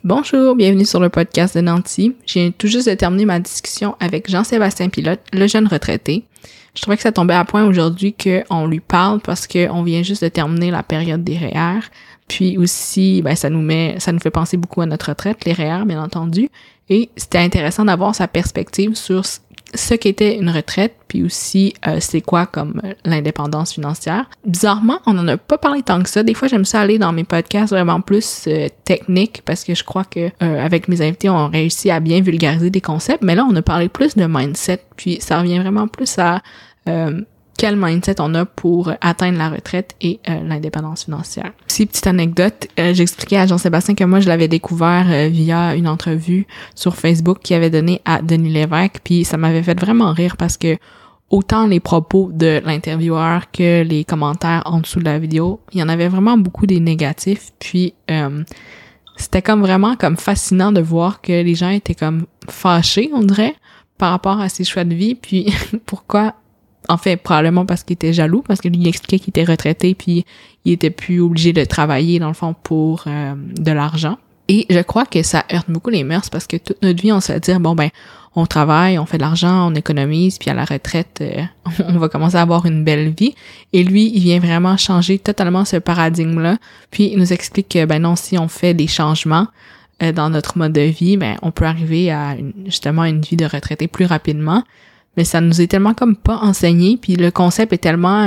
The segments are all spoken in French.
Bonjour, bienvenue sur le podcast de Nancy. Je viens tout juste de terminer ma discussion avec Jean-Sébastien Pilote, le jeune retraité. Je trouvais que ça tombait à point aujourd'hui qu'on lui parle parce qu'on vient juste de terminer la période des REER. Puis aussi, ça nous fait penser beaucoup à notre retraite, les REER, bien entendu. Et c'était intéressant d'avoir sa perspective sur ce qu'était une retraite, puis aussi c'est quoi comme l'indépendance financière. Bizarrement, on en a pas parlé tant que ça. Des fois, j'aime ça aller dans mes podcasts vraiment plus techniques parce que je crois que avec mes invités, on réussit à bien vulgariser des concepts. Mais là, on a parlé plus de mindset, puis ça revient vraiment plus à quel mindset on a pour atteindre la retraite et l'indépendance financière. Aussi, petite anecdote, j'expliquais à Jean-Sébastien que moi, je l'avais découvert via une entrevue sur Facebook qu'il avait donnée à Denis Lévesque, puis ça m'avait fait vraiment rire parce que autant les propos de l'intervieweur que les commentaires en dessous de la vidéo, il y en avait vraiment beaucoup des négatifs, puis c'était comme vraiment comme fascinant de voir que les gens étaient comme fâchés, on dirait, par rapport à ses choix de vie, puis pourquoi. En fait, probablement parce qu'il était jaloux, parce que lui, il expliquait qu'il était retraité puis il était plus obligé de travailler, dans le fond, pour de l'argent. Et je crois que ça heurte beaucoup les mœurs parce que toute notre vie, on se fait dire, on travaille, on fait de l'argent, on économise, puis à la retraite, on va commencer à avoir une belle vie. Et lui, il vient vraiment changer totalement ce paradigme-là. Puis il nous explique que, non, si on fait des changements dans notre mode de vie, on peut arriver à justement une vie de retraité plus rapidement. Mais ça nous est tellement comme pas enseigné, puis le concept est tellement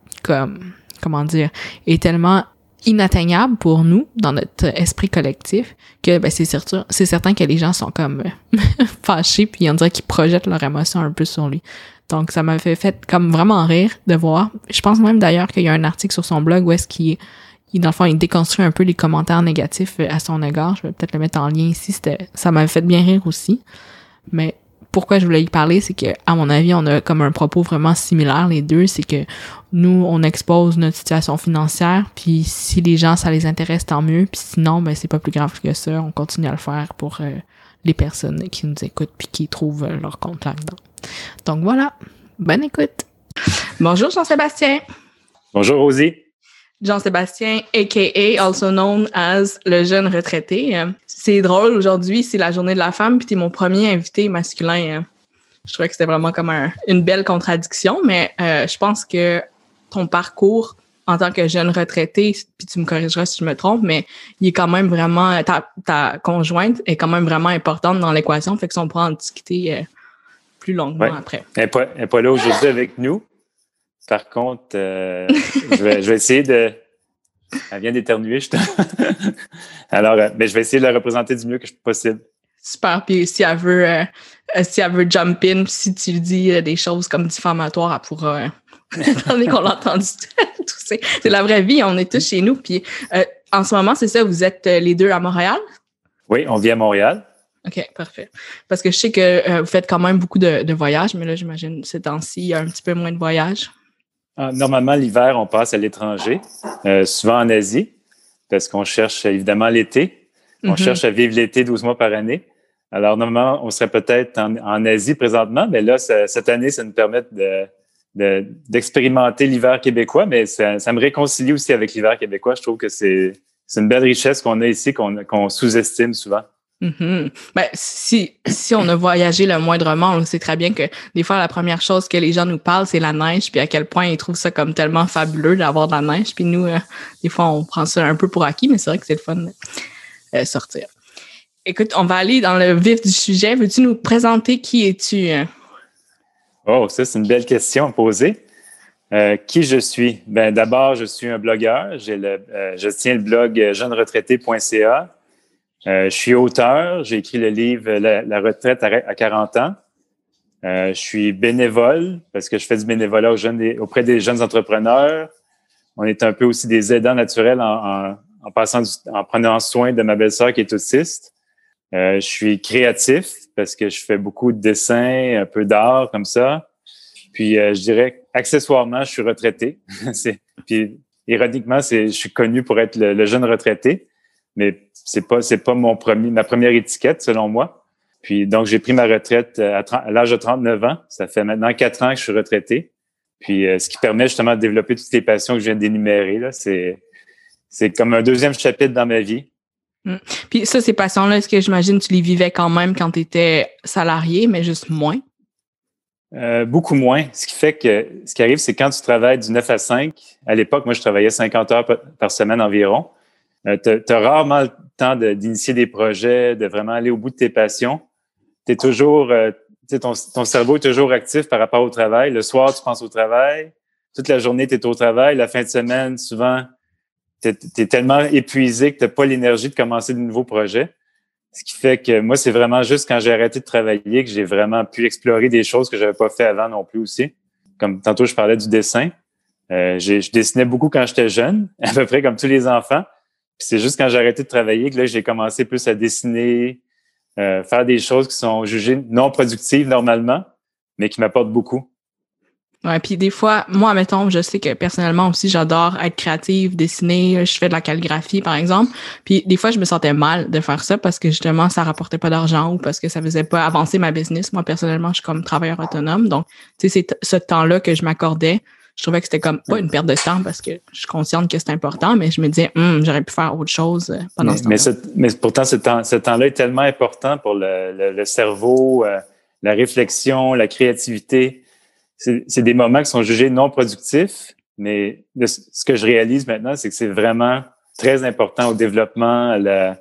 est tellement inatteignable pour nous dans notre esprit collectif que c'est certain que les gens sont comme fâchés, puis on dirait qu'ils projettent leurs émotions un peu sur lui. Donc ça m'a fait comme vraiment rire de voir. Je pense même d'ailleurs qu'il y a un article sur son blog où est-ce qu'il dans le fond, il déconstruit un peu les commentaires négatifs à son égard. Je vais peut-être le mettre en lien ici. Ça m'avait fait bien rire aussi. Mais pourquoi je voulais y parler, c'est que, à mon avis, on a comme un propos vraiment similaire, les deux. C'est que nous, on expose notre situation financière, puis si les gens, ça les intéresse, tant mieux. Puis sinon, c'est pas plus grave que ça. On continue à le faire pour les personnes qui nous écoutent puis qui trouvent leur compte là-dedans. Donc voilà, bonne écoute. Bonjour Jean-Sébastien. Bonjour Rosie. Jean-Sébastien, a.k.a. also known as le jeune retraité. C'est drôle, aujourd'hui, c'est la journée de la femme, puis t'es mon premier invité masculin. Je trouvais que c'était vraiment comme une belle contradiction, mais je pense que ton parcours en tant que jeune retraité, puis tu me corrigeras si je me trompe, mais il est quand même vraiment, ta conjointe est quand même vraiment importante dans l'équation, fait que si on pourra en discuter plus longuement après. Elle n'est pas là aujourd'hui avec nous. Par contre, je vais essayer de... Elle vient d'éternuer, Alors, je vais essayer de la représenter du mieux que possible. Super. Puis si elle veut jump in, si tu lui dis des choses comme diffamatoires, elle pourra... étant donné qu'on l'a entendu tout ça. C'est la vraie vie, on est tous chez nous. Puis en ce moment, c'est ça, vous êtes les deux à Montréal? Oui, on vit à Montréal. OK, parfait. Parce que je sais que vous faites quand même beaucoup de voyages, mais là, j'imagine, ces temps-ci, il y a un petit peu moins de voyages. Normalement, l'hiver, on passe à l'étranger, souvent en Asie, parce qu'on cherche évidemment l'été. On cherche à vivre l'été 12 mois par année. Alors, normalement, on serait peut-être en Asie présentement, mais là, cette année, ça nous permet d'expérimenter l'hiver québécois, mais ça me réconcilie aussi avec l'hiver québécois. Je trouve que c'est une belle richesse qu'on a ici, qu'on sous-estime souvent. Mm-hmm. Si on a voyagé le moindrement, on sait très bien que des fois, la première chose que les gens nous parlent, c'est la neige, puis à quel point ils trouvent ça comme tellement fabuleux d'avoir de la neige. Puis nous, des fois, on prend ça un peu pour acquis, mais c'est vrai que c'est le fun de sortir. Écoute, on va aller dans le vif du sujet. Veux-tu nous présenter qui es-tu? Oh, ça, c'est une belle question à poser. Qui je suis? D'abord, je suis un blogueur. Je tiens le blog jeuneretraité.ca. Je suis auteur. J'ai écrit le livre La retraite à 40 ans. Je suis bénévole parce que je fais du bénévolat auprès des jeunes entrepreneurs. On est un peu aussi des aidants naturels en prenant soin de ma belle-sœur qui est autiste. Je suis créatif parce que je fais beaucoup de dessins, un peu d'art comme ça. Puis je dirais accessoirement, je suis retraité. Puis ironiquement, je suis connu pour être le jeune retraité, mais c'est pas ma première étiquette selon moi. Puis donc j'ai pris ma retraite à l'âge de 39 ans. Ça fait maintenant 4 ans que je suis retraité. Puis ce qui permet justement de développer toutes les passions que je viens d'énumérer là, c'est comme un deuxième chapitre dans ma vie. Puis ça, ces passions-là, est-ce que j'imagine tu les vivais quand même quand tu étais salarié, mais juste moins? Beaucoup moins. Ce qui fait que ce qui arrive, c'est quand tu travailles du 9 à 5, à l'époque, moi, je travaillais 50 heures par semaine environ. Tu as rarement le temps d'initier des projets, de vraiment aller au bout de tes passions. Tu es toujours, ton cerveau est toujours actif par rapport au travail. Le soir, tu penses au travail. Toute la journée, tu es au travail. La fin de semaine, souvent, tu es tellement épuisé que tu n'as pas l'énergie de commencer de nouveaux projets. Ce qui fait que moi, c'est vraiment juste quand j'ai arrêté de travailler que j'ai vraiment pu explorer des choses que j'avais pas fait avant non plus aussi. Comme tantôt, je parlais du dessin. Je dessinais beaucoup quand j'étais jeune, à peu près comme tous les enfants. Puis c'est juste quand j'ai arrêté de travailler que là, j'ai commencé plus à dessiner, faire des choses qui sont jugées non productives normalement, mais qui m'apportent beaucoup. Ouais, puis des fois, moi, mettons, je sais que personnellement aussi, j'adore être créative, dessiner, je fais de la calligraphie, par exemple. Puis des fois, je me sentais mal de faire ça parce que justement, ça rapportait pas d'argent ou parce que ça faisait pas avancer ma business. Moi, personnellement, je suis comme travailleur autonome. Donc, tu sais, c'est ce temps-là que je m'accordais. Je trouvais que c'était comme pas une perte de temps parce que je suis consciente que c'est important, mais je me disais, j'aurais pu faire autre chose pendant ce temps-là. Mais pourtant, ce temps-là est tellement important pour le cerveau, la réflexion, la créativité. C'est des moments qui sont jugés non productifs, mais ce que je réalise maintenant, c'est que c'est vraiment très important au développement.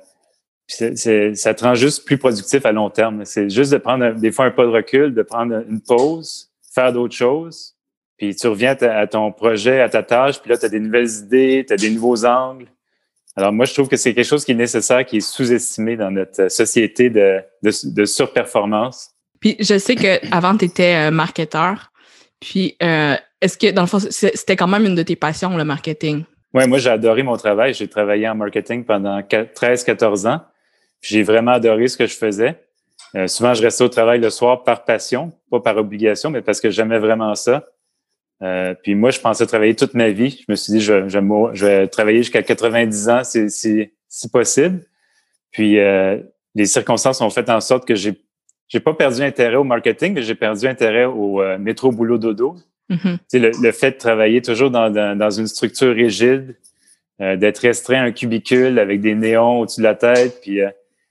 Ça te rend juste plus productif à long terme. C'est juste de prendre des fois un pas de recul, de prendre une pause, faire d'autres choses, puis tu reviens à ton projet, à ta tâche, puis là, tu as des nouvelles idées, tu as des nouveaux angles. Alors moi, je trouve que c'est quelque chose qui est nécessaire, qui est sous-estimé dans notre société de surperformance. Puis je sais que avant tu étais marketeur. Puis, est-ce que, dans le fond, c'était quand même une de tes passions, le marketing? Oui, moi, j'ai adoré mon travail. J'ai travaillé en marketing pendant 13-14 ans. J'ai vraiment adoré ce que je faisais. Souvent, je restais au travail le soir par passion, pas par obligation, mais parce que j'aimais vraiment ça. Puis moi, je pensais travailler toute ma vie. Je me suis dit, je vais travailler jusqu'à 90 ans si possible. Puis, les circonstances ont fait en sorte que j'ai pas perdu intérêt au marketing, mais j'ai perdu intérêt au métro boulot dodo. Mm-hmm. Tu sais, le fait de travailler toujours dans une structure rigide, d'être restreint à un cubicule avec des néons au-dessus de la tête, puis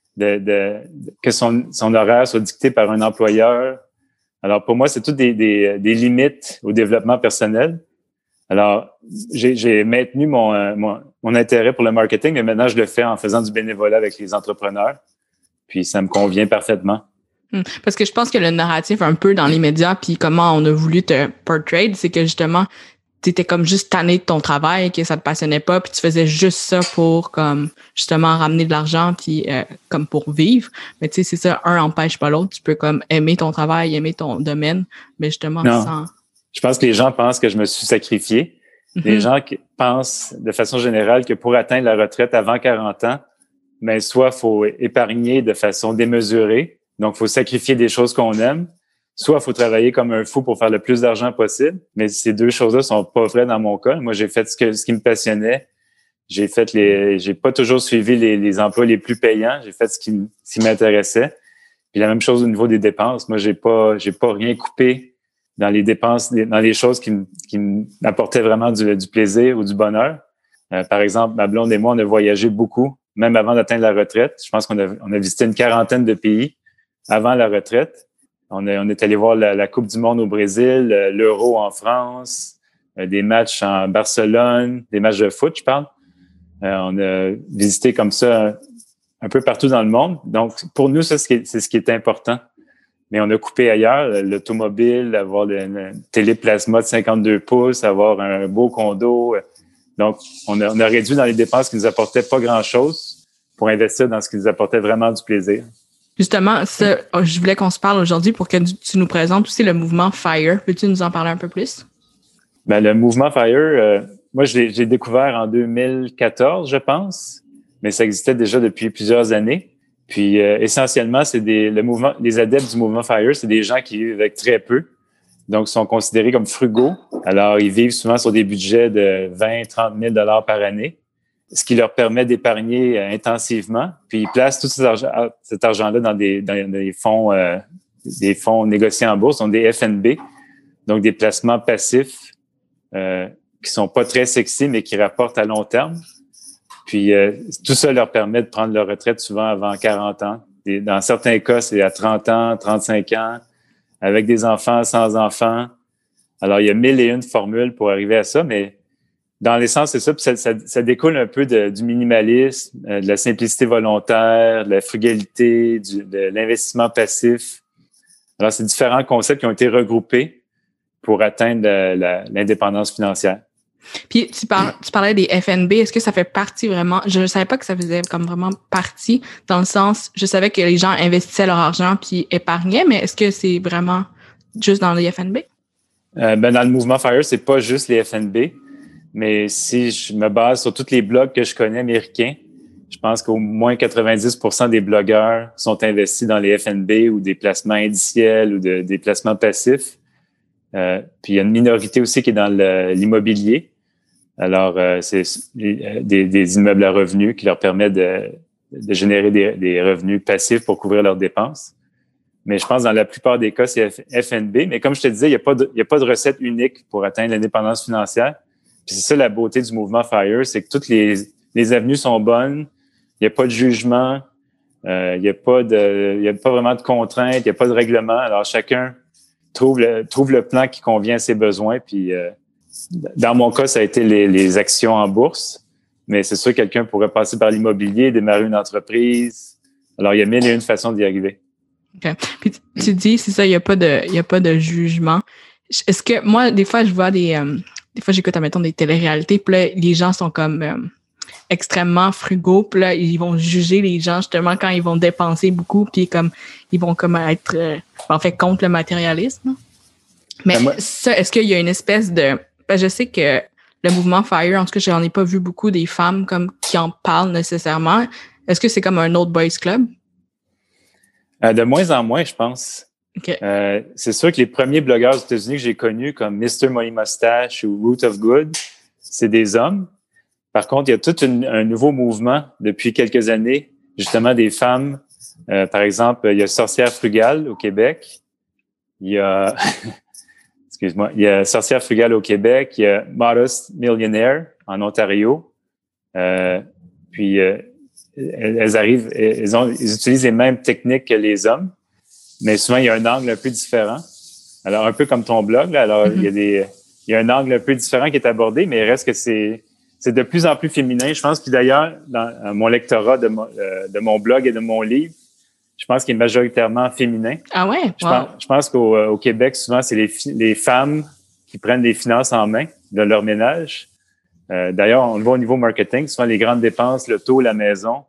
que son horaire soit dicté par un employeur. Alors pour moi, c'est toutes des limites au développement personnel. Alors j'ai maintenu mon intérêt pour le marketing, mais maintenant je le fais en faisant du bénévolat avec les entrepreneurs. Puis ça me convient parfaitement. Parce que je pense que le narratif un peu dans les médias puis comment on a voulu te portray, c'est que justement t'étais comme juste tanné de ton travail, que ça te passionnait pas, puis tu faisais juste ça pour comme justement ramener de l'argent puis comme pour vivre. Mais tu sais, c'est ça, un empêche pas l'autre. Tu peux comme aimer ton travail, aimer ton domaine, mais justement sans. Je pense que les gens pensent que je me suis sacrifié. Mm-hmm. Les gens pensent de façon générale que pour atteindre la retraite avant 40 ans, ben soit faut épargner de façon démesurée. Donc, il faut sacrifier des choses qu'on aime. Soit il faut travailler comme un fou pour faire le plus d'argent possible. Mais ces deux choses-là sont pas vraies dans mon cas. Moi, j'ai fait ce qui me passionnait. J'ai pas toujours suivi les emplois les plus payants. J'ai fait ce qui m'intéressait. Puis la même chose au niveau des dépenses. Moi, j'ai pas rien coupé dans les dépenses, dans les choses qui m'apportaient vraiment du plaisir ou du bonheur. Par exemple, ma blonde et moi, on a voyagé beaucoup, même avant d'atteindre la retraite. Je pense qu'on a visité une 40aine de pays avant la retraite. On est allé voir la Coupe du monde au Brésil, l'Euro en France, des matchs en Barcelone, des matchs de foot, je parle. On a visité comme ça un peu partout dans le monde. Donc, pour nous, ça, c'est ce qui est important. Mais on a coupé ailleurs, l'automobile, avoir une téléplasma de 52 pouces, avoir un beau condo. Donc, on a réduit dans les dépenses qui nous apportaient pas grand-chose pour investir dans ce qui nous apportait vraiment du plaisir. Justement, ça, je voulais qu'on se parle aujourd'hui pour que tu nous présentes aussi le mouvement FIRE. Peux-tu nous en parler un peu plus? Ben, le mouvement FIRE, moi, j'ai découvert en 2014, je pense, mais ça existait déjà depuis plusieurs années. Puis, essentiellement, c'est les adeptes du mouvement FIRE, c'est des gens qui vivent avec très peu, donc sont considérés comme frugaux. Alors, ils vivent souvent sur des budgets de 20-30 000 $ par année, ce qui leur permet d'épargner intensivement. Puis, ils placent tout cet argent-là dans des fonds négociés en bourse, donc des FNB, donc des placements passifs qui sont pas très sexy, mais qui rapportent à long terme. Puis tout ça leur permet de prendre leur retraite souvent avant 40 ans. Et dans certains cas, c'est à 30 ans, 35 ans, avec des enfants, sans enfants. Alors, il y a 1001 formules pour arriver à ça, mais dans l'essence, c'est ça. Puis ça découle un peu du minimalisme, de la simplicité volontaire, de la frugalité, de l'investissement passif. Alors, c'est différents concepts qui ont été regroupés pour atteindre l'indépendance financière. Puis, tu parlais des FNB. Est-ce que ça fait partie vraiment? Je ne savais pas que ça faisait comme vraiment partie, dans le sens, je savais que les gens investissaient leur argent puis épargnaient, mais est-ce que c'est vraiment juste dans les FNB? Dans le mouvement FIRE, c'est pas juste les FNB, mais si je me base sur tous les blogs que je connais américains, je pense qu'au moins 90% des blogueurs sont investis dans les FNB ou des placements indiciels ou des placements passifs. Puis il y a une minorité aussi qui est dans l'immobilier. Alors, c'est des immeubles à revenus qui leur permettent de générer des revenus passifs pour couvrir leurs dépenses. Mais je pense que dans la plupart des cas, c'est FNB. Mais comme je te disais, il n'y a pas de recette unique pour atteindre l'indépendance financière. Puis c'est ça la beauté du mouvement FIRE, c'est que toutes les avenues sont bonnes. Il n'y a pas de jugement. Il n'y a pas vraiment de contraintes. Il n'y a pas de règlement. Alors, chacun trouve le plan qui convient à ses besoins. Puis, dans mon cas, ça a été les actions en bourse. Mais c'est sûr que quelqu'un pourrait passer par l'immobilier, démarrer une entreprise. Alors, il y a 1001 façons d'y arriver. OK. Puis tu dis, c'est ça, il y a pas de jugement. Est-ce que moi, des fois, je vois des fois, j'écoute, admettons, des téléréalités, puis là, les gens sont comme extrêmement frugaux, puis là, ils vont juger les gens, justement, quand ils vont dépenser beaucoup, puis comme ils vont comme être, en fait, contre le matérialisme. Mais ça, est-ce qu'il y a une espèce de... Ben, je sais que le mouvement FIRE, en tout cas, j'en ai pas vu beaucoup des femmes comme qui en parlent nécessairement. Est-ce que c'est comme un autre boys club? De moins en moins, je pense. Okay. C'est sûr que les premiers blogueurs aux États-Unis que j'ai connus, comme Mr. Money Mustache ou Root of Good, c'est des hommes. Par contre, il y a tout un nouveau mouvement depuis quelques années, justement des femmes. Par exemple, il y a Sorcière Frugale au Québec. Il y a il y a Sorcière Frugale au Québec. Il y a Modest Millionaire en Ontario. Puis elles arrivent, ils utilisent les mêmes techniques que les hommes, mais souvent il y a un angle un peu différent. Alors un peu comme ton blog, là, alors il y a un angle un peu différent qui est abordé, mais il reste que c'est de plus en plus féminin. Je pense, puis d'ailleurs dans mon lectorat de mon blog et de mon livre, je pense qu'il est majoritairement féminin. Ah ouais? Wow. Je pense qu'au Québec, souvent, c'est les femmes qui prennent les finances en main de leur ménage. D'ailleurs, on le voit au niveau marketing, souvent les grandes dépenses, l'auto, la maison,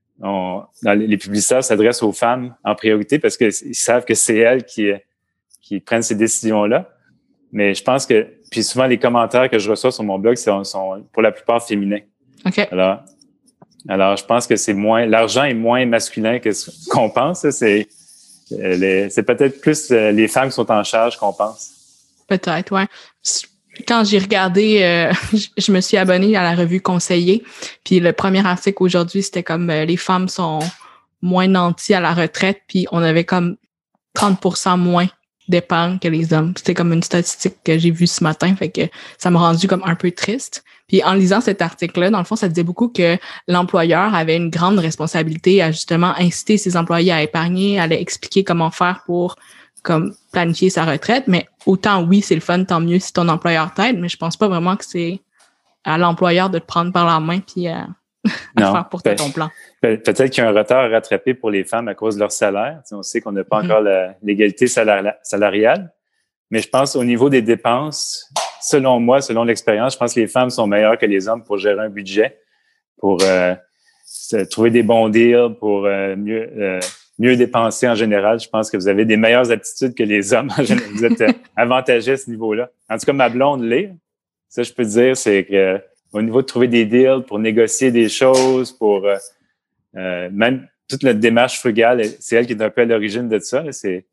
les publicitaires s'adressent aux femmes en priorité parce qu'ils savent que c'est elles qui prennent ces décisions-là. Mais je pense que, puis souvent les commentaires que je reçois sur mon blog sont pour la plupart féminins. OK. Alors, je pense que l'argent est moins masculin que ce qu'on pense. C'est peut-être plus les femmes qui sont en charge qu'on pense. Peut-être, ouais. Quand j'ai regardé, je me suis abonnée à la revue Conseiller. Puis le premier article aujourd'hui, c'était comme les femmes sont moins nanties à la retraite. Puis on avait comme 30% moins d'épargne que les hommes. C'était comme une statistique que j'ai vue ce matin. Fait que ça m'a rendu comme un peu triste. Puis en lisant cet article-là, dans le fond, ça disait beaucoup que l'employeur avait une grande responsabilité à justement inciter ses employés à épargner, à leur expliquer comment faire pour comme planifier sa retraite. Mais autant oui, c'est le fun, tant mieux si ton employeur t'aide, mais je pense pas vraiment que c'est à l'employeur de te prendre par la main puis à faire pour toi ton plan. Peut-être qu'il y a un retard à rattraper pour les femmes à cause de leur salaire. On sait qu'on n'a pas encore l'égalité salariale, mais je pense au niveau des dépenses, selon moi, selon l'expérience, je pense que les femmes sont meilleures que les hommes pour gérer un budget, pour trouver des bons deals, pour mieux dépenser en général. Je pense que vous avez des meilleures aptitudes que les hommes en général. Vous êtes avantagés à ce niveau-là. En tout cas, ma blonde l'est. Ça, je peux te dire, c'est que au niveau de trouver des deals, pour négocier des choses, pour même toute notre démarche frugale, c'est elle qui est un peu à l'origine de ça. C'est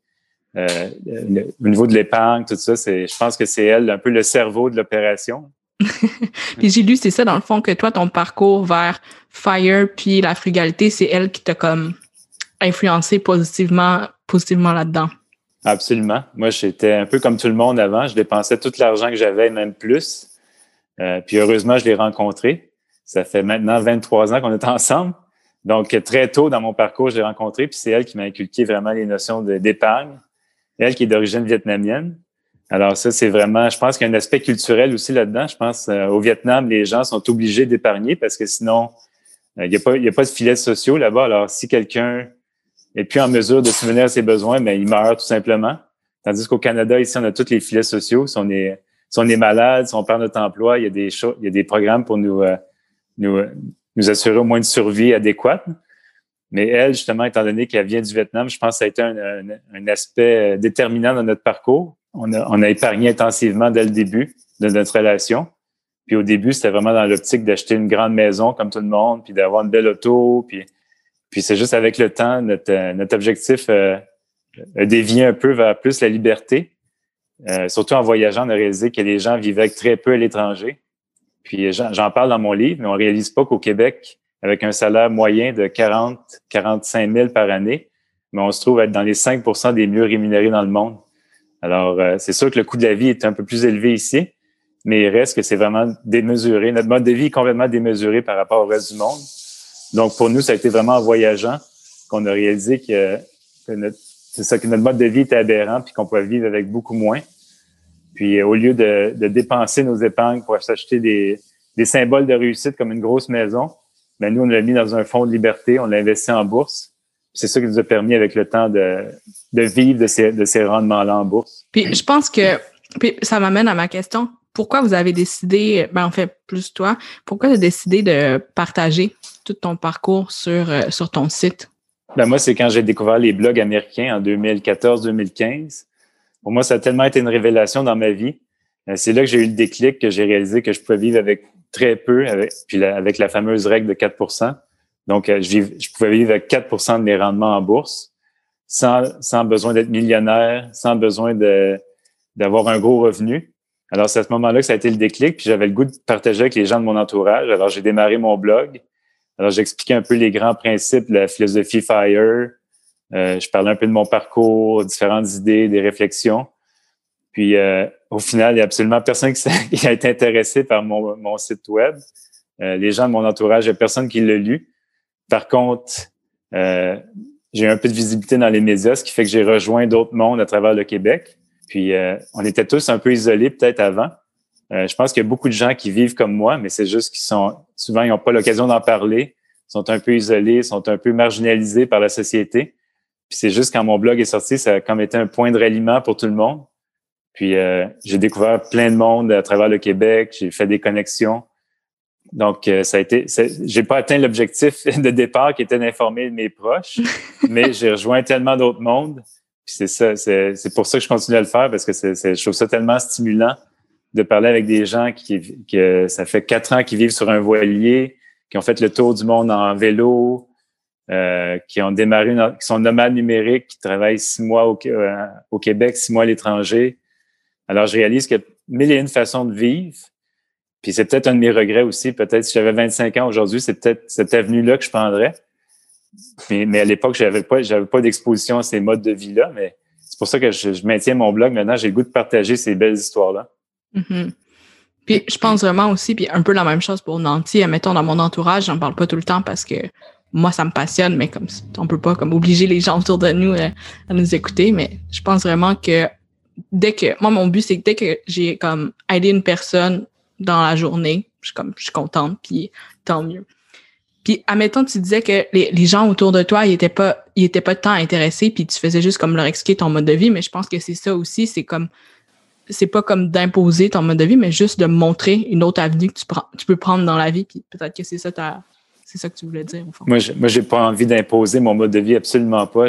au niveau de l'épargne, tout ça, je pense que c'est elle un peu le cerveau de l'opération. Puis j'ai lu, c'est ça, dans le fond, que toi, ton parcours vers FIRE puis la frugalité, c'est elle qui t'a comme influencé positivement là-dedans. Absolument. Moi, j'étais un peu comme tout le monde avant. Je dépensais tout l'argent que j'avais, même plus. Puis heureusement, je l'ai rencontré. Ça fait maintenant 23 ans qu'on est ensemble. Donc, très tôt dans mon parcours, je l'ai rencontrée, puis c'est elle qui m'a inculqué vraiment les notions d'épargne. Elle qui est d'origine vietnamienne. Alors ça, c'est vraiment, je pense qu'il y a un aspect culturel aussi là-dedans. Je pense au Vietnam, les gens sont obligés d'épargner parce que sinon, il n'y a pas de filets sociaux là-bas. Alors, si quelqu'un est plus en mesure de subvenir à ses besoins, ben il meurt tout simplement. Tandis qu'au Canada, ici, on a tous les filets sociaux. Si on est malade, si on perd notre emploi, il y a des programmes pour nous assurer au moins une survie adéquate. Mais elle, justement, étant donné qu'elle vient du Vietnam, je pense que ça a été un aspect déterminant dans notre parcours. On a épargné intensivement dès le début de notre relation. Puis au début, c'était vraiment dans l'optique d'acheter une grande maison comme tout le monde, puis d'avoir une belle auto. Puis c'est juste avec le temps, notre objectif a dévié un peu vers plus la liberté. Surtout en voyageant, on a réalisé que les gens vivaient avec très peu à l'étranger. Puis j'en parle dans mon livre, mais on réalise pas qu'au Québec, avec un salaire moyen de 45 000 par année, mais on se trouve être dans les 5 % des mieux rémunérés dans le monde. Alors, c'est sûr que le coût de la vie est un peu plus élevé ici, mais il reste que c'est vraiment démesuré. Notre mode de vie est complètement démesuré par rapport au reste du monde. Donc, pour nous, ça a été vraiment en voyageant qu'on a réalisé que notre mode de vie était aberrant puis qu'on pouvait vivre avec beaucoup moins. Puis, au lieu de dépenser nos épargnes pour s'acheter des symboles de réussite comme une grosse maison, ben nous, on l'a mis dans un fonds de liberté, on l'a investi en bourse. C'est ça qui nous a permis avec le temps de vivre de ces rendements-là en bourse. Puis je pense que ça m'amène à ma question. Pourquoi vous avez décidé, en fait, plus toi, pourquoi tu as décidé de partager tout ton parcours sur ton site? Ben moi, c'est quand j'ai découvert les blogs américains en 2014-2015. Pour moi, ça a tellement été une révélation dans ma vie. C'est là que j'ai eu le déclic, que j'ai réalisé que je pouvais vivre avec très peu, avec la fameuse règle de 4 %. Donc, je pouvais vivre avec 4 % de mes rendements en bourse sans besoin d'être millionnaire, sans besoin d'avoir un gros revenu. Alors, c'est à ce moment-là que ça a été le déclic, puis j'avais le goût de partager avec les gens de mon entourage. Alors, j'ai démarré mon blog. Alors, j'expliquais un peu les grands principes de la philosophie FIRE. Je parlais un peu de mon parcours, différentes idées, des réflexions. Puis, au final, il n'y a absolument personne qui a été intéressé par mon site web. Les gens de mon entourage, il n'y a personne qui l'a lu. Par contre, j'ai eu un peu de visibilité dans les médias, ce qui fait que j'ai rejoint d'autres mondes à travers le Québec. Puis, on était tous un peu isolés peut-être avant. Je pense qu'il y a beaucoup de gens qui vivent comme moi, mais c'est juste souvent, ils n'ont pas l'occasion d'en parler, sont un peu isolés, sont un peu marginalisés par la société. Puis, c'est juste quand mon blog est sorti, ça a comme été un point de ralliement pour tout le monde. Puis, j'ai découvert plein de monde à travers le Québec. J'ai fait des connexions. Donc, j'ai pas atteint l'objectif de départ qui était d'informer mes proches, mais j'ai rejoint tellement d'autres mondes. Puis c'est ça, c'est pour ça que je continue à le faire parce que je trouve ça tellement stimulant de parler avec des gens que ça fait 4 ans qu'ils vivent sur un voilier, qui ont fait le tour du monde en vélo, qui ont démarré, qui sont nomades numériques, qui travaillent 6 mois au Québec, 6 mois à l'étranger. Alors, je réalise qu'il y a 1001 façons de vivre. Puis c'est peut-être un de mes regrets aussi. Peut-être si j'avais 25 ans aujourd'hui, c'est peut-être cette avenue-là que je prendrais. Mais à l'époque, j'avais pas d'exposition à ces modes de vie-là. Mais c'est pour ça que je maintiens mon blog. Maintenant, j'ai le goût de partager ces belles histoires-là. Mm-hmm. Puis je pense vraiment aussi, puis un peu la même chose pour Nanti. Mettons, dans mon entourage, j'en parle pas tout le temps parce que moi, ça me passionne, mais comme on peut pas comme obliger les gens autour de nous à nous écouter. Mais je pense vraiment que moi, mon but, c'est que dès que j'ai comme aidé une personne dans la journée, je suis contente, puis tant mieux. Puis, admettons, tu disais que les gens autour de toi, ils étaient pas tant intéressés, puis tu faisais juste comme leur expliquer ton mode de vie, mais je pense que c'est ça aussi, c'est pas comme d'imposer ton mode de vie, mais juste de montrer une autre avenue que tu peux prendre dans la vie, puis peut-être que c'est ça que tu voulais dire, au fond. Moi, j'ai pas envie d'imposer mon mode de vie, absolument pas.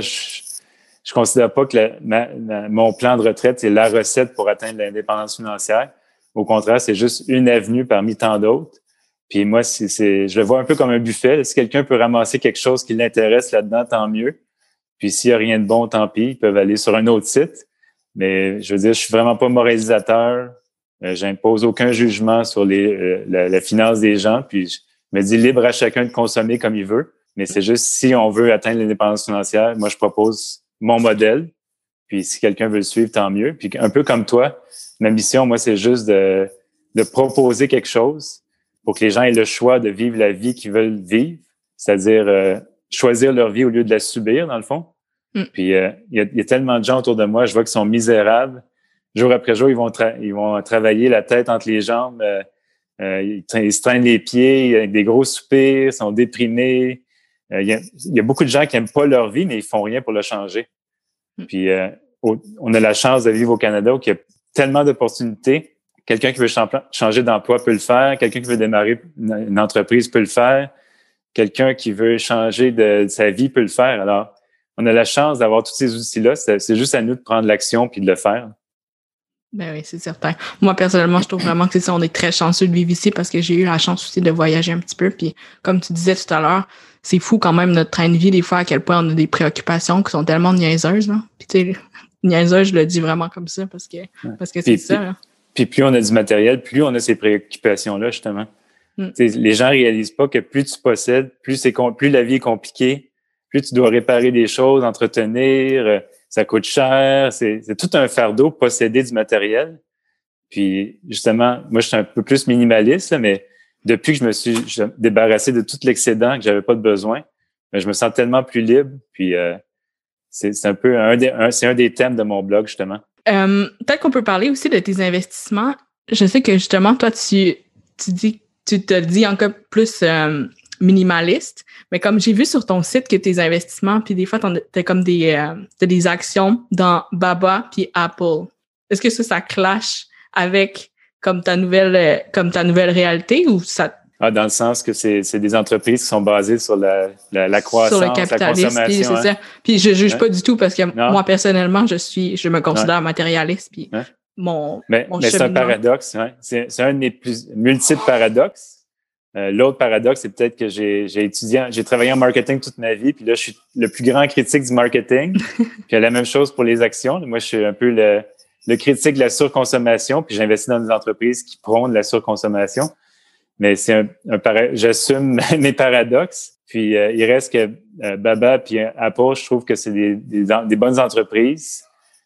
Je considère pas que mon plan de retraite, c'est la recette pour atteindre l'indépendance financière. Au contraire, c'est juste une avenue parmi tant d'autres. Puis moi, je le vois un peu comme un buffet. Si quelqu'un peut ramasser quelque chose qui l'intéresse là-dedans, tant mieux. Puis s'il n'y a rien de bon, tant pis, ils peuvent aller sur un autre site. Mais je veux dire, je suis vraiment pas moralisateur. J'impose aucun jugement sur la finance des gens. Puis je me dis libre à chacun de consommer comme il veut. Mais c'est juste si on veut atteindre l'indépendance financière, moi, je propose mon modèle. Puis si quelqu'un veut le suivre, tant mieux. Puis un peu comme toi, ma mission, moi, c'est juste de proposer quelque chose. pour que les gens aient le choix de vivre la vie qu'ils veulent vivre, c'est-à-dire choisir leur vie au lieu de la subir, dans le fond. Puis il y a tellement de gens autour de moi, je vois qu'ils sont misérables. Jour après jour, ils vont travailler la tête entre les jambes, ils se traînent les pieds avec des gros soupirs, ils sont déprimés. Il y a beaucoup de gens qui n'aiment pas leur vie, mais ils font rien pour le changer. Puis on a la chance de vivre au Canada où il y a tellement d'opportunités. Quelqu'un qui veut changer d'emploi peut le faire. Quelqu'un qui veut démarrer une entreprise peut le faire. Quelqu'un qui veut changer de sa vie peut le faire. Alors, on a la chance d'avoir tous ces outils-là. C'est juste à nous de prendre l'action puis de le faire. Ben oui, c'est certain. Moi, personnellement, je trouve vraiment que c'est ça. On est très chanceux de vivre ici parce que j'ai eu la chance aussi de voyager un petit peu. Puis, comme tu disais tout à l'heure, c'est fou quand même notre train de vie, des fois, à quel point on a des préoccupations qui sont tellement niaiseuses, là. Puis, tu sais, niaiseuse, je le dis vraiment comme ça parce que c'est ça, là. Puis plus on a du matériel, plus on a ces préoccupations-là, justement. Les gens réalisent pas que plus tu possèdes, plus la vie est compliquée, plus tu dois réparer des choses, entretenir, ça coûte cher. C'est tout un fardeau posséder du matériel. Puis justement, moi, je suis un peu plus minimaliste, là, mais depuis que je me suis débarrassé de tout l'excédent que j'avais pas de besoin, je me sens tellement plus libre. Puis c'est un peu c'est un des thèmes de mon blog, justement. Peut-être qu'on peut parler aussi de tes investissements. Je sais que justement, toi, tu te dis encore plus minimaliste, mais comme j'ai vu sur ton site que tes investissements, puis des fois, t'as comme t'as des actions dans Baba puis Apple. Est-ce que ça clash avec comme ta nouvelle réalité ou ça? Dans le sens que c'est des entreprises qui sont basées sur la croissance, sur le capitalisme, la consommation. Puis, c'est ça. Puis je juge pas du tout parce que moi, personnellement, je me considère matérialiste. Puis mais c'est un paradoxe. Ouais. C'est un de mes plus multiples paradoxes. L'autre paradoxe, c'est peut-être que j'ai travaillé en marketing toute ma vie, puis là, je suis le plus grand critique du marketing. Puis la même chose pour les actions. Moi, je suis un peu le critique de la surconsommation, puis j'investis dans des entreprises qui prônent la surconsommation. Mais c'est j'assume mes paradoxes. Puis il reste que Baba puis Apple, je trouve que c'est des bonnes entreprises.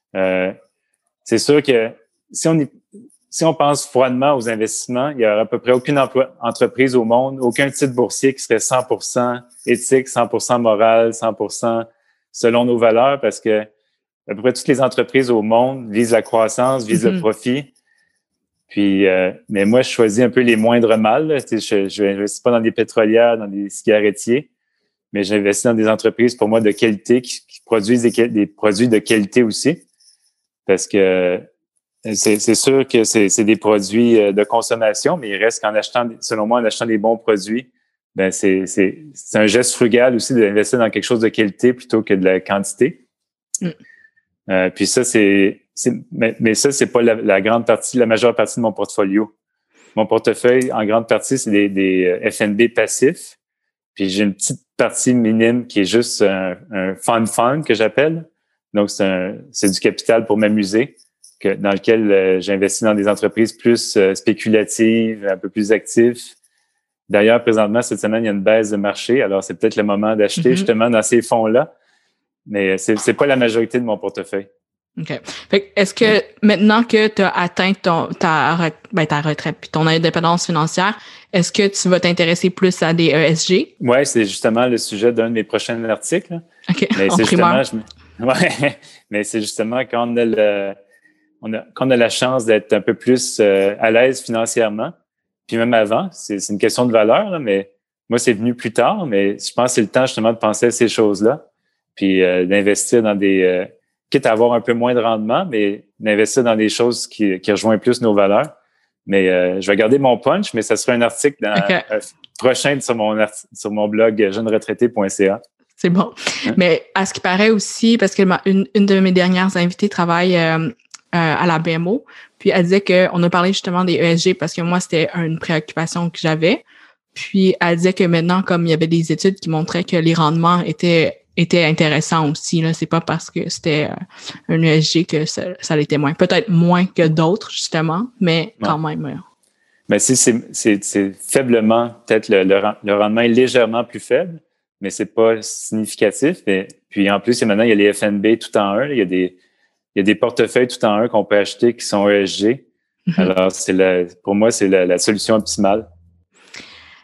C'est sûr que si on pense froidement aux investissements, il y a à peu près aucune entreprise au monde, aucun titre boursier qui serait 100% éthique, 100% moral, 100% selon nos valeurs, parce que à peu près toutes les entreprises au monde visent la croissance, visent le profit. Puis, mais moi, je choisis un peu les moindres mâles. Je n'investis pas dans des pétrolières, dans des cigarettiers, mais j'investis dans des entreprises, pour moi, de qualité, qui produisent des produits de qualité aussi. Parce que c'est sûr que c'est des produits de consommation, mais il reste selon moi, en achetant des bons produits, ben c'est un geste frugal aussi d'investir dans quelque chose de qualité plutôt que de la quantité. Puis ça, mais ça, c'est pas la majeure partie de mon portfolio. Mon portefeuille, en grande partie, c'est des FNB passifs. Puis j'ai une petite partie minime qui est juste un fund que j'appelle. Donc, c'est du capital pour m'amuser, dans lequel j'investis dans des entreprises plus spéculatives, un peu plus actives. D'ailleurs, présentement, cette semaine, il y a une baisse de marché. Alors, c'est peut-être le moment d'acheter justement dans ces fonds-là. Mais c'est pas la majorité de mon portefeuille. OK. Fait que est-ce que maintenant que tu as atteint ta retraite puis ton indépendance financière, est-ce que tu vas t'intéresser plus à des ESG? Oui, c'est justement le sujet d'un de mes prochains articles. OK. Mais en primeur. Mais c'est justement quand on a la chance d'être un peu plus à l'aise financièrement, puis même avant, c'est une question de valeur, là, mais moi, c'est venu plus tard, mais je pense que c'est le temps justement de penser à ces choses-là, puis d'investir dans quitte à avoir un peu moins de rendement, mais d'investir dans des choses qui rejoignent plus nos valeurs. Mais je vais garder mon punch, mais ça sera un article prochain sur mon blog jeuneretraité.ca. C'est bon. Mais à ce qui paraît aussi, parce que une de mes dernières invitées travaille à la BMO, puis elle disait qu'on a parlé justement des ESG parce que moi, c'était une préoccupation que j'avais. Puis elle disait que maintenant, comme il y avait des études qui montraient que les rendements étaient intéressants aussi, là, c'est pas parce que c'était un ESG que ça l'était moins. Peut-être moins que d'autres, justement, mais quand même. Mais si c'est faiblement, peut-être le rendement est légèrement plus faible, mais c'est pas significatif. Puis en plus, maintenant, il y a les FNB tout en un. Il y a des portefeuilles tout en un qu'on peut acheter qui sont ESG. Alors, pour moi, c'est la solution optimale.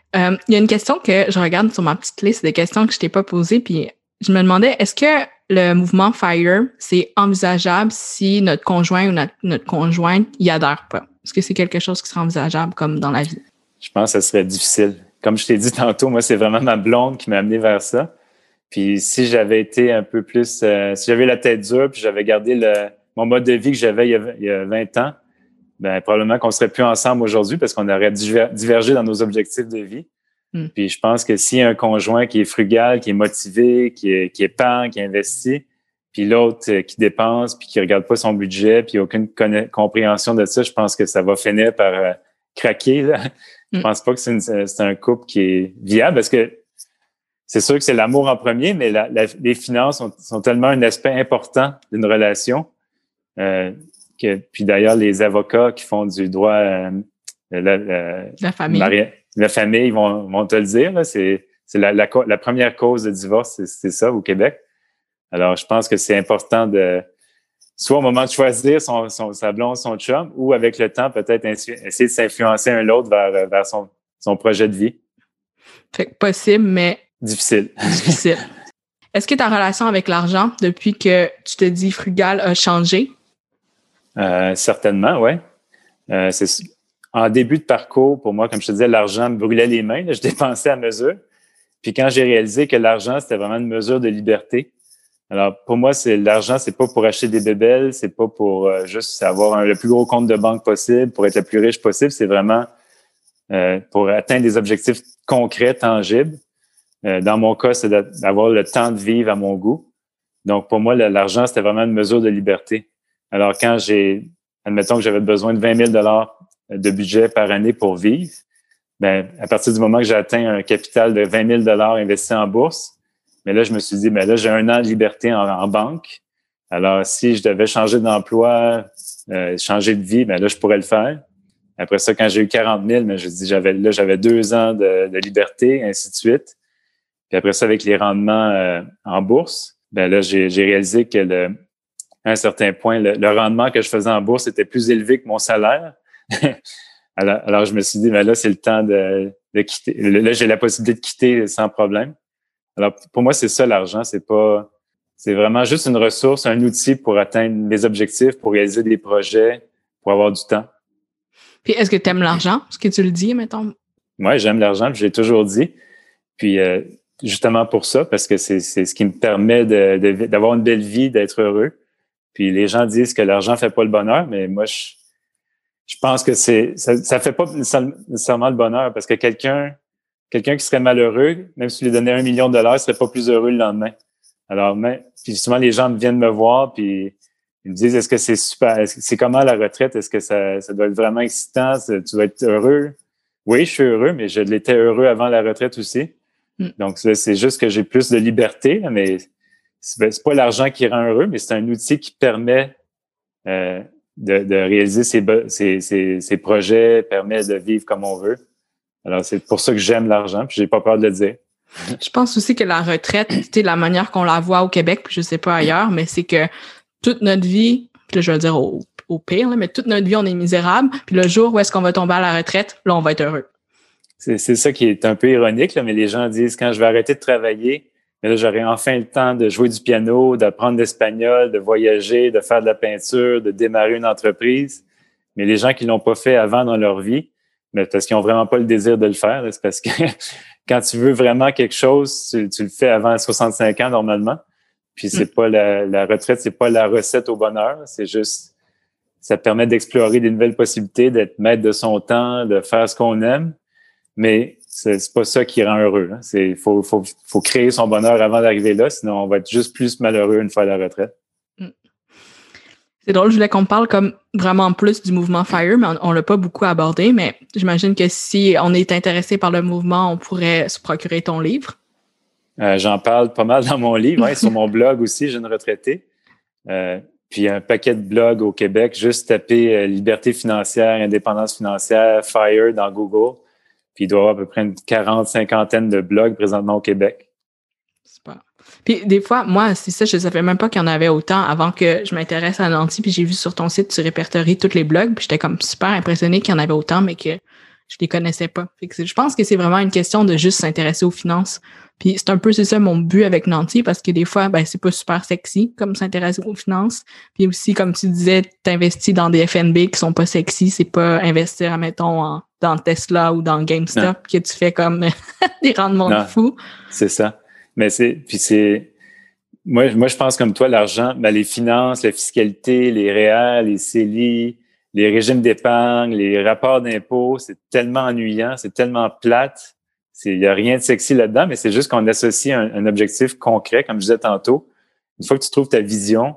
Il y a une question que je regarde sur ma petite liste de questions que je t'ai pas posées, puis je me demandais, est-ce que le mouvement FIRE, c'est envisageable si notre conjoint ou notre conjointe y adhère pas? Est-ce que c'est quelque chose qui serait envisageable comme dans la vie? Je pense que ce serait difficile. Comme je t'ai dit tantôt, moi, c'est vraiment ma blonde qui m'a amené vers ça. Puis si j'avais été un peu plus... si j'avais la tête dure, puis j'avais gardé mon mode de vie que j'avais il y a 20 ans, ben probablement qu'on serait plus ensemble aujourd'hui parce qu'on aurait divergé dans nos objectifs de vie. Puis je pense que s'il y a un conjoint qui est frugal, qui est motivé, qui épargne, qui investit, puis l'autre qui dépense, puis qui regarde pas son budget, puis aucune compréhension de ça, je pense que ça va finir par craquer, là. Je pense pas que c'est un couple qui est viable parce que c'est sûr que c'est l'amour en premier, mais les finances sont tellement un aspect important d'une relation. Puis d'ailleurs, les avocats qui font du droit la famille. La famille, ils vont te le dire, là, c'est la première cause de divorce, c'est ça au Québec. Alors, je pense que c'est important de soit au moment de choisir sa blonde, son chum, ou avec le temps, peut-être essayer de s'influencer un l'autre vers son projet de vie. Fait que possible, mais difficile. Est-ce que ta relation avec l'argent, depuis que tu te dis frugal, a changé? Certainement, oui. En début de parcours, pour moi, comme je te disais, l'argent me brûlait les mains. Là, je dépensais à mesure. Puis quand j'ai réalisé que l'argent, c'était vraiment une mesure de liberté. Alors, pour moi, l'argent, c'est pas pour acheter des bébelles, c'est pas pour juste avoir le plus gros compte de banque possible, pour être le plus riche possible. C'est vraiment pour atteindre des objectifs concrets, tangibles. Dans mon cas, c'est d'avoir le temps de vivre à mon goût. Donc, pour moi, l'argent, c'était vraiment une mesure de liberté. Alors, quand admettons que j'avais besoin de 20 000 $ de budget par année pour vivre, ben à partir du moment que j'ai atteint un capital de 20 000 $ investi en bourse, mais là, je me suis dit, ben là, j'ai 1 an de liberté en banque. Alors, si je devais changer d'emploi, changer de vie, ben là, je pourrais le faire. Après ça, quand j'ai eu 40 000, ben, j'avais 2 ans de liberté, ainsi de suite. Puis après ça, avec les rendements en bourse, ben là, j'ai réalisé que à un certain point, le rendement que je faisais en bourse était plus élevé que mon salaire. alors, je me suis dit, ben là, c'est le temps de quitter. Là, j'ai la possibilité de quitter sans problème. Alors, pour moi, c'est ça, l'argent. C'est vraiment juste une ressource, un outil pour atteindre mes objectifs, pour réaliser des projets, pour avoir du temps. Puis, est-ce que tu aimes l'argent? Est-ce que tu le dis, mettons? Oui, j'aime l'argent, puis je l'ai toujours dit. Puis, justement pour ça, parce que c'est ce qui me permet d'avoir une belle vie, d'être heureux. Puis, les gens disent que l'argent fait pas le bonheur, mais moi, je pense que ça fait pas nécessairement le bonheur, parce que quelqu'un qui serait malheureux, même si tu lui donnais $1 million, il serait pas plus heureux le lendemain. Alors, puis souvent, les gens viennent me voir, puis ils me disent, est-ce que c'est super, c'est comment la retraite? Est-ce que ça doit être vraiment excitant? Tu dois être heureux? Oui, je suis heureux, mais je l'étais heureux avant la retraite aussi. Donc, c'est juste que j'ai plus de liberté, mais c'est pas l'argent qui rend heureux, mais c'est un outil qui permet de réaliser ses projets, permet de vivre comme on veut. Alors, c'est pour ça que j'aime l'argent, puis j'ai pas peur de le dire. Je pense aussi que la retraite, tu sais, la manière qu'on la voit au Québec, puis je sais pas ailleurs, mais c'est que toute notre vie, puis là, je vais le dire au pire, là, mais toute notre vie, on est misérable, puis le jour où est-ce qu'on va tomber à la retraite, là, on va être heureux. C'est ça qui est un peu ironique, là, mais les gens disent, quand je vais arrêter de travailler, mais là, j'aurai enfin le temps de jouer du piano, d'apprendre l'espagnol, de voyager, de faire de la peinture, de démarrer une entreprise. Mais les gens qui l'ont pas fait avant dans leur vie, mais parce qu'ils ont vraiment pas le désir de le faire, c'est parce que quand tu veux vraiment quelque chose, tu le fais avant 65 ans normalement. Puis c'est pas la retraite, c'est pas la recette au bonheur, c'est juste ça permet d'explorer des nouvelles possibilités, d'être maître de son temps, de faire ce qu'on aime. Mais c'est pas ça qui rend heureux. Hein. Faut créer son bonheur avant d'arriver là, sinon on va être juste plus malheureux une fois à la retraite. C'est drôle, je voulais qu'on parle comme vraiment plus du mouvement FIRE, mais on l'a pas beaucoup abordé, mais j'imagine que si on est intéressé par le mouvement, on pourrait se procurer ton livre. J'en parle pas mal dans mon livre, ouais, sur mon blog aussi, Jeune retraité. Puis un paquet de blogs au Québec, juste taper liberté financière, indépendance financière, FIRE dans Google. Puis il doit y avoir à peu près une 40-50 de blogs présentement au Québec. Super. Puis des fois, moi, c'est ça, je ne savais même pas qu'il y en avait autant avant que je m'intéresse à Nancy. Puis j'ai vu sur ton site, tu répertories tous les blogs. Puis j'étais comme super impressionnée qu'il y en avait autant, mais qu'il je les connaissais pas. Fait que je pense que c'est vraiment une question de juste s'intéresser aux finances. Puis c'est ça mon but avec Nanti, parce que des fois, ben c'est pas super sexy comme s'intéresser aux finances. Puis aussi, comme tu disais, t'investis dans des FNB qui sont pas sexy, c'est pas investir, admettons, dans Tesla ou dans GameStop que tu fais comme des rendements de fou. C'est ça. Mais moi, je pense comme toi, l'argent, ben, les finances, la fiscalité, les REER, les CELI, les régimes d'épargne, les rapports d'impôts, c'est tellement ennuyant, c'est tellement plate. Il n'y a rien de sexy là-dedans, mais c'est juste qu'on associe un objectif concret, comme je disais tantôt. Une fois que tu trouves ta vision,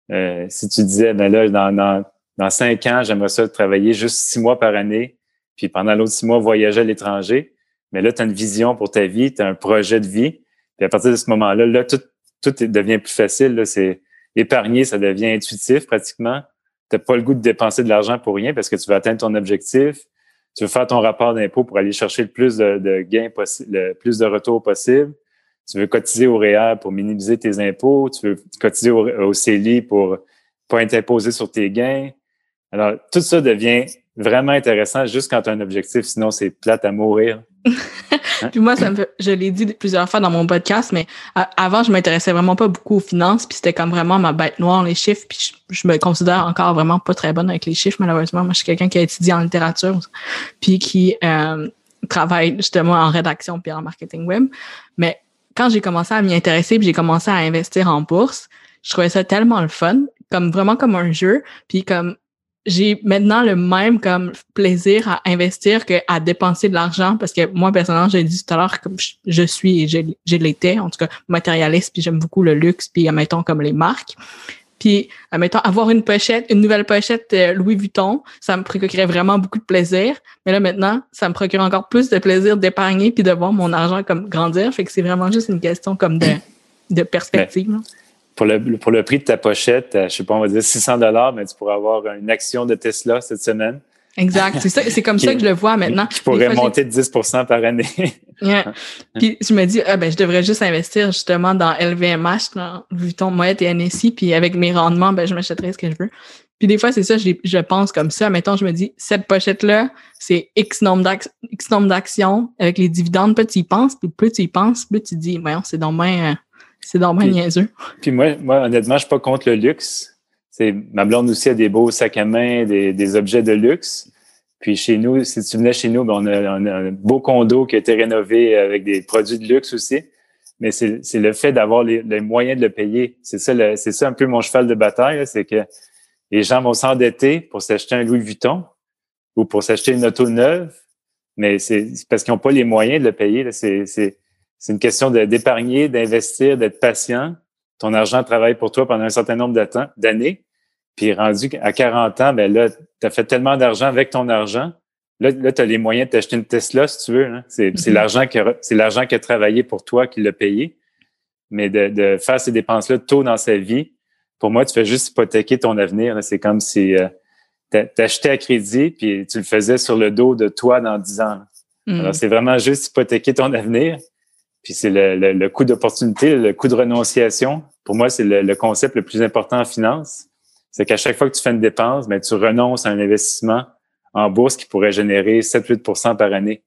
si tu disais, ben là, dans 5 ans, j'aimerais ça travailler juste 6 mois par année, puis pendant l'autre 6 mois, voyager à l'étranger. Mais là, tu as une vision pour ta vie, tu as un projet de vie. Puis à partir de ce moment-là, là, tout devient plus facile. Là. C'est épargner, ça devient intuitif pratiquement. Tu n'as pas le goût de dépenser de l'argent pour rien parce que tu veux atteindre ton objectif. Tu veux faire ton rapport d'impôt pour aller chercher le plus de gains possible, le plus de retours possible. Tu veux cotiser au REER pour minimiser tes impôts. Tu veux cotiser au CELI pour pas être imposé sur tes gains. Alors, tout ça devient vraiment intéressant juste quand tu as un objectif. Sinon, c'est plate à mourir. Puis moi, je l'ai dit plusieurs fois dans mon podcast, mais avant, je m'intéressais vraiment pas beaucoup aux finances, puis c'était comme vraiment ma bête noire, les chiffres, puis je me considère encore vraiment pas très bonne avec les chiffres, malheureusement. Moi, je suis quelqu'un qui a étudié en littérature, puis qui travaille justement en rédaction puis en marketing web. Mais quand j'ai commencé à m'y intéresser, puis j'ai commencé à investir en bourse, je trouvais ça tellement le fun, vraiment comme un jeu, puis comme j'ai maintenant le même comme plaisir à investir qu'à dépenser de l'argent, parce que moi, personnellement, j'ai dit tout à l'heure, comme je suis et je l'étais, en tout cas, matérialiste, puis j'aime beaucoup le luxe, puis admettons comme les marques. Puis, admettons, avoir une nouvelle pochette Louis Vuitton, ça me procurait vraiment beaucoup de plaisir. Mais là, maintenant, ça me procure encore plus de plaisir d'épargner puis de voir mon argent comme grandir. Fait que c'est vraiment juste une question comme de perspective. Mais pour le prix de ta pochette, je sais pas, on va dire 600 $, mais tu pourras avoir une action de Tesla cette semaine. Exact. C'est comme ça que je le vois maintenant. Qui pourrait monter de 10% par année. Yeah. Puis je me dis, je devrais juste investir justement dans LVMH, dans Vuitton, Moet et NSI, puis avec mes rendements, je m'achèterais ce que je veux. Puis des fois, c'est ça, je pense comme ça. Mettons, je me dis, cette pochette-là, c'est X nombre d'actions avec les dividendes. Plus tu y penses, puis plus tu y penses, plus tu te dis, c'est donc bien niaiseux. Puis moi, honnêtement, je suis pas contre le luxe. Ma blonde aussi a des beaux sacs à main, des objets de luxe. Puis chez nous, si tu venais chez nous, on a un beau condo qui a été rénové avec des produits de luxe aussi. Mais c'est le fait d'avoir les moyens de le payer. C'est ça un peu mon cheval de bataille, là, c'est que les gens vont s'endetter pour s'acheter un Louis Vuitton ou pour s'acheter une auto neuve, mais c'est parce qu'ils n'ont pas les moyens de le payer. Là. C'est une question d'épargner, d'investir, d'être patient. Ton argent travaille pour toi pendant un certain nombre d'années. Puis rendu à 40 ans, là, tu as fait tellement d'argent avec ton argent. Là tu as les moyens de t'acheter une Tesla, si tu veux. Hein. C'est l'argent qui a travaillé pour toi, qui l'a payé. Mais de faire ces dépenses-là tôt dans sa vie, pour moi, tu fais juste hypothéquer ton avenir. Là. C'est comme si t'achetais à crédit, puis tu le faisais sur le dos de toi dans 10 ans. Alors, c'est vraiment juste hypothéquer ton avenir. Puis c'est le coût d'opportunité, le coût de renonciation. Pour moi, c'est le concept le plus important en finance. C'est qu'à chaque fois que tu fais une dépense, tu renonces à un investissement en bourse qui pourrait générer 7-8% par année.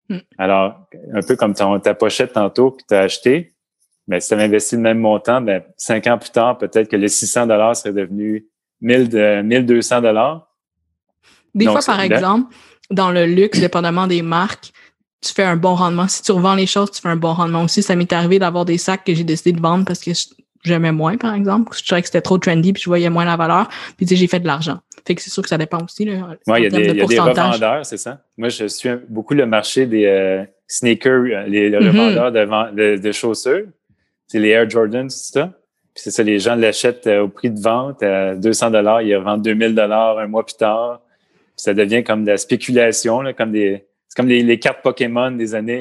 Alors, un peu comme ta pochette tantôt que tu as acheté, si tu avais investi le même montant, 5 ans plus tard, peut-être que le 600 $ serait devenu 1200 $. Des fois, par exemple, dans le luxe, dépendamment des marques, tu fais un bon rendement. Si tu revends les choses, tu fais un bon rendement aussi. Ça m'est arrivé d'avoir des sacs que j'ai décidé de vendre parce que j'aimais moins, par exemple. Je trouvais que c'était trop trendy puis je voyais moins la valeur. Puis, j'ai fait de l'argent. Fait que c'est sûr que ça dépend aussi. Oui, il y a des revendeurs, c'est ça. Moi, je suis beaucoup le marché des sneakers, les revendeurs de chaussures. C'est les Air Jordan, c'est ça. Puis c'est ça, les gens l'achètent au prix de vente à 200 $, ils revendent 2000 $ un mois plus tard. Puis ça devient comme de la spéculation, là, c'est comme les cartes Pokémon des années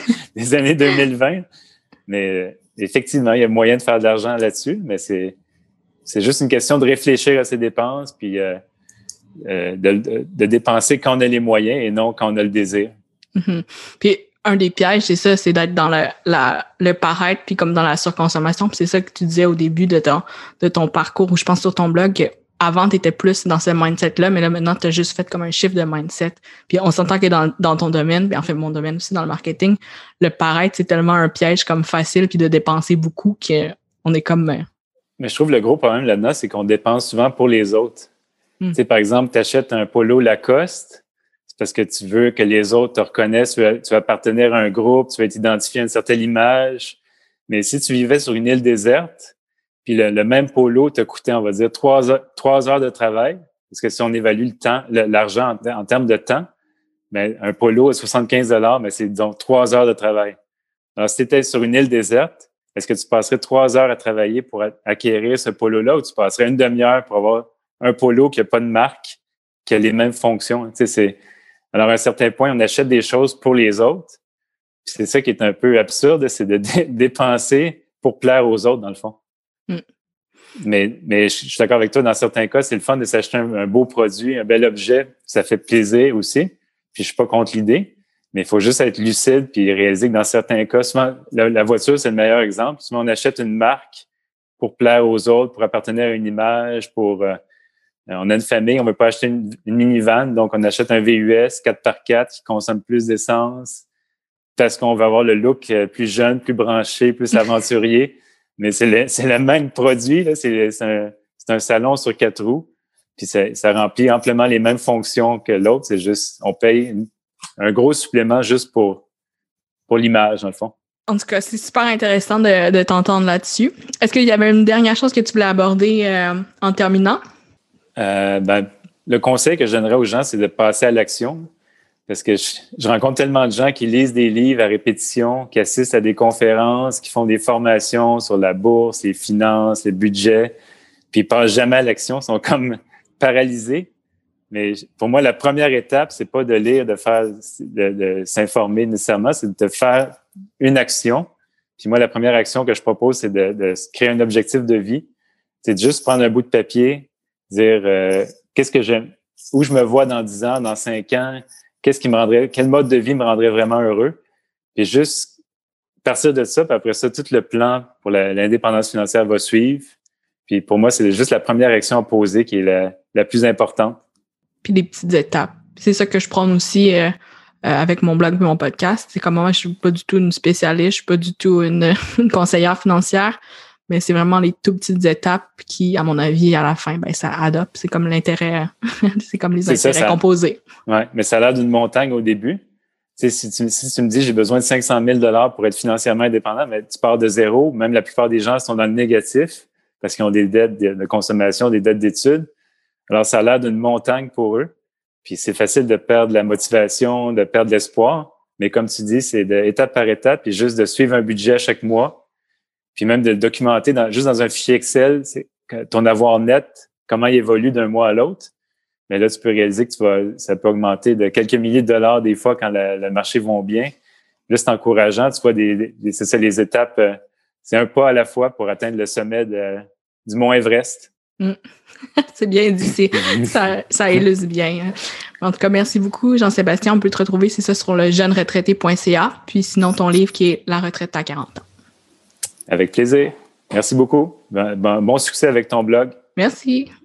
2020. Mais effectivement, il y a moyen de faire de l'argent là-dessus, mais c'est juste une question de réfléchir à ses dépenses puis de dépenser quand on a les moyens et non quand on a le désir. Mm-hmm. Puis un des pièges, c'est ça, c'est d'être dans le paraître puis comme dans la surconsommation. Puis c'est ça que tu disais au début de ton parcours, ou je pense sur ton blog, avant, tu étais plus dans ce mindset-là, mais là, maintenant, tu as juste fait comme un shift de mindset. Puis on s'entend que dans ton domaine, puis en fait, mon domaine aussi, dans le marketing, le paraître, c'est tellement un piège comme facile, puis de dépenser beaucoup qu'on est comme... Mais je trouve le gros problème là-dedans, c'est qu'on dépense souvent pour les autres. Tu sais, par exemple, tu achètes un polo Lacoste, c'est parce que tu veux que les autres te reconnaissent, tu vas appartenir à un groupe, tu vas être identifié à une certaine image. Mais si tu vivais sur une île déserte, puis le même polo t'a coûté, on va dire, 3 heures de travail, parce que si on évalue le temps, l'argent en termes de temps, ben, un polo à 75 $, mais c'est donc 3 heures de travail. Alors, si tu étais sur une île déserte, est-ce que tu passerais 3 heures à travailler pour acquérir ce polo-là ou tu passerais une demi-heure pour avoir un polo qui n'a pas de marque, qui a les mêmes fonctions? Tu sais, alors, à un certain point, on achète des choses pour les autres. Puis c'est ça qui est un peu absurde, c'est de dépenser pour plaire aux autres, dans le fond. Mm. Mais je suis d'accord avec toi, dans certains cas, c'est le fun de s'acheter un beau produit, un bel objet. Ça fait plaisir aussi. Puis je suis pas contre l'idée, mais il faut juste être lucide puis réaliser que dans certains cas, souvent, la voiture, c'est le meilleur exemple. Souvent, on achète une marque pour plaire aux autres, pour appartenir à une image, on a une famille, on veut pas acheter une minivan, donc on achète un VUS 4x4 qui consomme plus d'essence parce qu'on va avoir le look plus jeune, plus branché, plus aventurier. Mais c'est le même produit, là. C'est un salon sur 4 roues. Puis ça remplit amplement les mêmes fonctions que l'autre. C'est juste, on paye un gros supplément juste pour l'image, dans le fond. En tout cas, c'est super intéressant de t'entendre là-dessus. Est-ce qu'il y avait une dernière chose que tu voulais aborder en terminant? Le conseil que je donnerais aux gens, c'est de passer à l'action. Parce que je rencontre tellement de gens qui lisent des livres à répétition, qui assistent à des conférences, qui font des formations sur la bourse, les finances, les budgets, puis ils passent jamais à l'action, ils sont comme paralysés. Mais pour moi, la première étape, c'est pas de lire, de s'informer nécessairement, c'est de faire une action. Puis moi, la première action que je propose, c'est de créer un objectif de vie. C'est de juste prendre un bout de papier, dire qu'est-ce que j'aime, où je me vois dans 10 ans, dans 5 ans, quel mode de vie me rendrait vraiment heureux. Puis juste partir de ça, puis après ça, tout le plan pour l'indépendance financière va suivre. Puis pour moi, c'est juste la première action à poser qui est la plus importante. Puis des petites étapes. C'est ça que je prends aussi avec mon blog et mon podcast. C'est comme moi, je suis pas du tout une spécialiste, je suis pas du tout une conseillère financière, mais c'est vraiment les tout petites étapes qui, à mon avis, à la fin, ben ça adopte. C'est comme l'intérêt, c'est comme les intérêts composés. Ouais, mais ça a l'air d'une montagne au début. Tu sais, si tu me dis j'ai besoin de 500 000 $ pour être financièrement indépendant, mais tu pars de zéro. Même la plupart des gens sont dans le négatif parce qu'ils ont des dettes de consommation, des dettes d'études. Alors, ça a l'air d'une montagne pour eux. Puis c'est facile de perdre la motivation, de perdre l'espoir. Mais comme tu dis, c'est étape par étape, puis juste de suivre un budget à chaque mois. Puis même de le documenter juste dans un fichier Excel, c'est ton avoir net, comment il évolue d'un mois à l'autre. Mais là, tu peux réaliser que ça peut augmenter de quelques milliers de dollars des fois quand le marché va bien. Là, c'est encourageant. Tu vois, c'est ça, les étapes. C'est un pas à la fois pour atteindre le sommet du mont Everest. C'est bien dit. Ça illustre bien. En tout cas, merci beaucoup, Jean-Sébastien. On peut te retrouver, c'est ça, sur le jeuneretraité.ca. Puis sinon, ton livre qui est La retraite à 40 ans. Avec plaisir. Merci beaucoup. Bon succès avec ton blog. Merci.